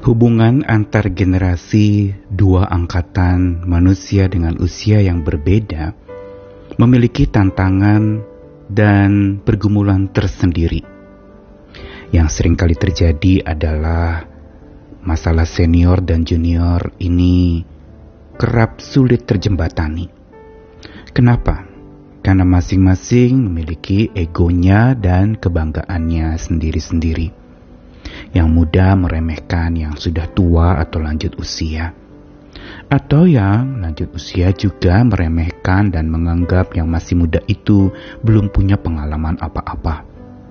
Hubungan antar generasi dua angkatan manusia dengan usia yang berbeda memiliki tantangan dan pergumulan tersendiri. Yang seringkali terjadi adalah masalah senior dan junior ini kerap sulit terjembatani. Kenapa? Karena masing-masing memiliki egonya dan kebanggaannya sendiri-sendiri. Yang muda meremehkan yang sudah tua atau lanjut usia. Atau yang lanjut usia juga meremehkan dan menganggap yang masih muda itu belum punya pengalaman apa-apa.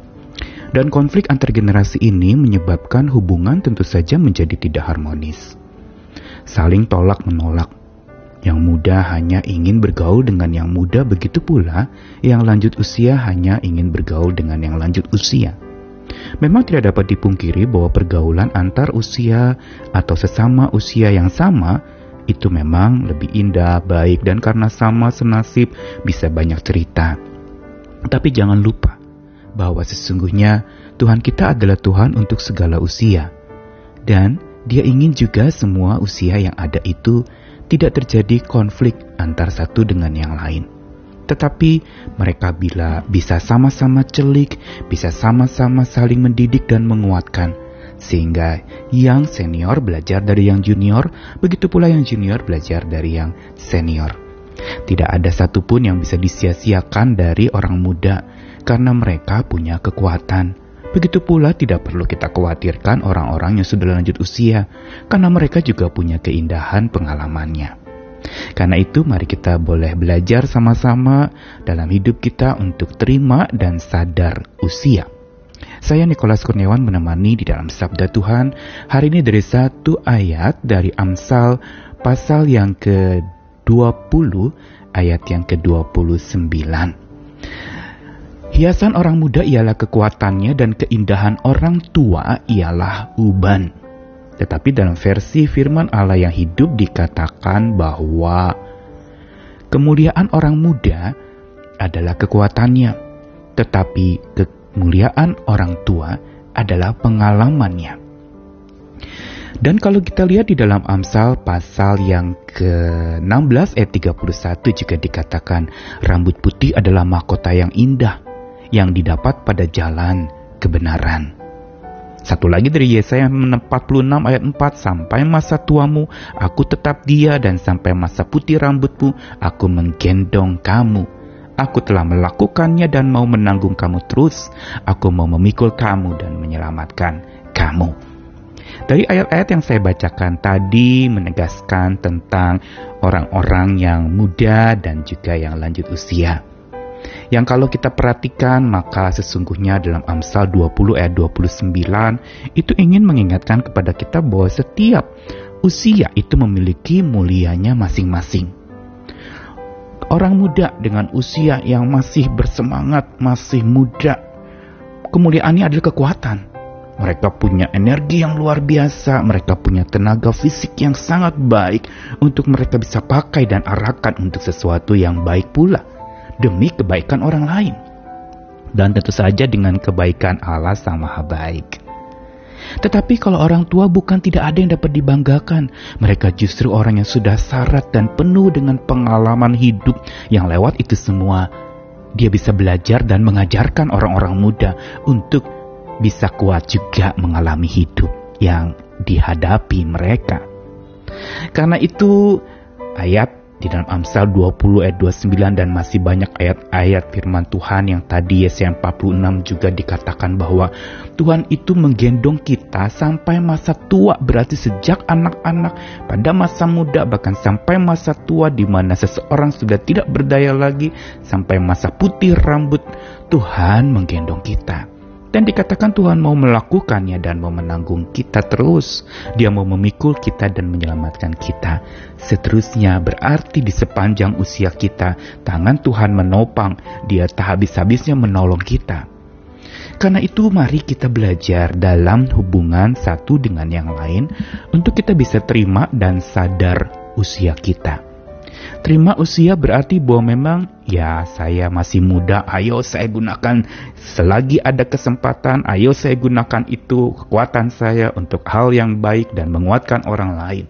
Dan konflik antar generasi ini menyebabkan hubungan tentu saja menjadi tidak harmonis. Saling tolak-menolak. Yang muda hanya ingin bergaul dengan yang muda, begitu pula yang lanjut usia hanya ingin bergaul dengan yang lanjut usia. Memang tidak dapat dipungkiri bahwa pergaulan antar usia atau sesama usia yang sama itu memang lebih indah, baik, dan karena sama senasib bisa banyak cerita. Tapi jangan lupa bahwa sesungguhnya Tuhan kita adalah Tuhan untuk segala usia. Dan Dia ingin juga semua usia yang ada itu tidak terjadi konflik antar satu dengan yang lain. Tetapi mereka bisa sama-sama celik, bisa sama-sama saling mendidik dan menguatkan. Sehingga yang senior belajar dari yang junior, begitu pula yang junior belajar dari yang senior. Tidak ada satupun yang bisa disia-siakan dari orang muda, karena mereka punya kekuatan. Begitu pula tidak perlu kita khawatirkan orang-orang yang sudah lanjut usia, karena mereka juga punya keindahan pengalamannya. Karena itu mari kita boleh belajar sama-sama dalam hidup kita untuk terima dan sadar usia. Saya Nikolas Kurniawan menemani di dalam Sabda Tuhan hari ini dari satu ayat dari Amsal pasal yang ke-20 ayat yang ke-29. Hiasan orang muda ialah kekuatannya dan keindahan orang tua ialah uban. Tetapi dalam versi firman Allah yang hidup dikatakan bahwa kemuliaan orang muda adalah kekuatannya, tetapi kemuliaan orang tua adalah pengalamannya. Dan kalau kita lihat di dalam Amsal pasal yang ke-16 ayat 31 juga dikatakan rambut putih adalah mahkota yang indah yang didapat pada jalan kebenaran. Satu lagi dari Yesaya 46 ayat 4, sampai masa tuamu aku tetap dia, dan sampai masa putih rambutmu aku menggendong kamu. Aku telah melakukannya dan mau menanggung kamu terus. Aku mau memikul kamu dan menyelamatkan kamu. Dari ayat-ayat yang saya bacakan tadi menegaskan tentang orang-orang yang muda dan juga yang lanjut usia. Yang kalau kita perhatikan maka sesungguhnya dalam Amsal 20 ayat 29 itu ingin mengingatkan kepada kita bahwa setiap usia itu memiliki mulianya masing-masing. Orang muda dengan usia yang masih bersemangat, masih muda, kemuliaannya adalah kekuatan. Mereka punya energi yang luar biasa, mereka punya tenaga fisik yang sangat baik untuk mereka bisa pakai dan arahkan untuk sesuatu yang baik pula, demi kebaikan orang lain. Dan tentu saja dengan kebaikan Allah Sang Maha Baik. Tetapi kalau orang tua bukan tidak ada yang dapat dibanggakan. Mereka justru orang yang sudah syarat dan penuh dengan pengalaman hidup yang lewat itu semua. Dia bisa belajar dan mengajarkan orang-orang muda untuk bisa kuat juga mengalami hidup yang dihadapi mereka. Karena itu ayat di dalam Amsal 20 ayat 29 dan masih banyak ayat-ayat firman Tuhan yang tadi Yesaya 46 juga dikatakan bahwa Tuhan itu menggendong kita sampai masa tua, berarti sejak anak-anak, pada masa muda, bahkan sampai masa tua di mana seseorang sudah tidak berdaya lagi, sampai masa putih rambut, Tuhan menggendong kita. Dan dikatakan Tuhan mau melakukannya dan mau menanggung kita terus. Dia mau memikul kita dan menyelamatkan kita. Seterusnya berarti di sepanjang usia kita, tangan Tuhan menopang. Dia tak habis-habisnya menolong kita. Karena itu mari kita belajar dalam hubungan satu dengan yang lain untuk kita bisa terima dan sadar usia kita. Terima usia berarti bahwa memang ya saya masih muda, ayo saya gunakan selagi ada kesempatan, ayo saya gunakan itu kekuatan saya untuk hal yang baik dan menguatkan orang lain.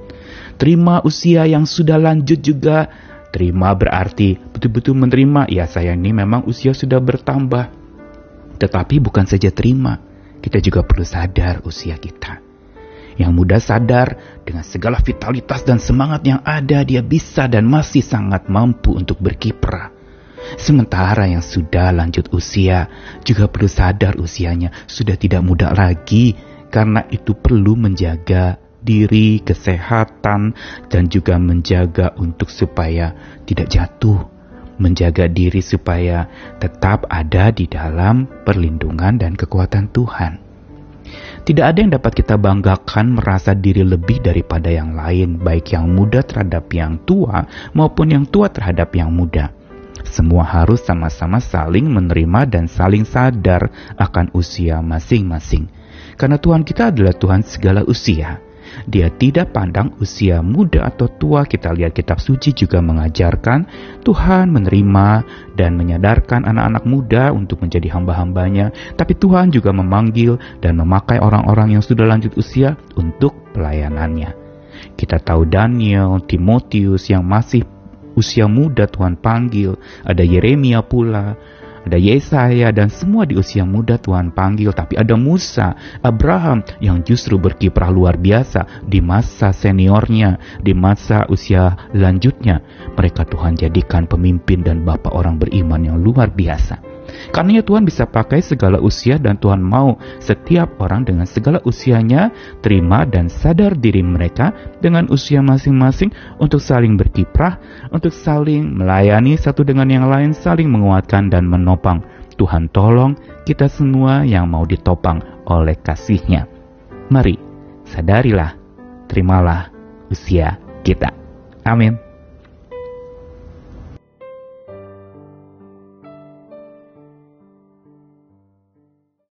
Terima usia yang sudah lanjut juga, terima berarti betul-betul menerima, ya saya ini memang usia sudah bertambah. Tetapi bukan saja terima, kita juga perlu sadar usia kita. Yang muda sadar dengan segala vitalitas dan semangat yang ada, dia bisa dan masih sangat mampu untuk berkiprah. Sementara yang sudah lanjut usia juga perlu sadar usianya sudah tidak muda lagi, karena itu perlu menjaga diri, kesehatan, dan juga menjaga untuk supaya tidak jatuh. Menjaga diri supaya tetap ada di dalam perlindungan dan kekuatan Tuhan. Tidak ada yang dapat kita banggakan merasa diri lebih daripada yang lain, baik yang muda terhadap yang tua maupun yang tua terhadap yang muda. Semua harus sama-sama saling menerima dan saling sadar akan usia masing-masing. Karena Tuhan kita adalah Tuhan segala usia. Dia tidak pandang usia muda atau tua. Kita lihat kitab suci juga mengajarkan Tuhan menerima dan menyadarkan anak-anak muda untuk menjadi hamba-hambanya. Tapi Tuhan juga memanggil dan memakai orang-orang yang sudah lanjut usia untuk pelayanannya. Kita tahu Daniel, Timotius yang masih usia muda Tuhan panggil. Ada Yeremia pula, ada Yesaya, dan semua di usia muda Tuhan panggil. Tapi ada Musa, Abraham yang justru berkiprah luar biasa di masa seniornya, di masa usia lanjutnya. Mereka Tuhan jadikan pemimpin dan bapak orang beriman yang luar biasa. Karena Tuhan bisa pakai segala usia, dan Tuhan mau setiap orang dengan segala usianya terima dan sadar diri mereka dengan usia masing-masing untuk saling berkiprah, untuk saling melayani satu dengan yang lain, saling menguatkan dan menopang. Tuhan tolong kita semua yang mau ditopang oleh kasih-Nya. Mari, sadarilah, terimalah usia kita. Amin.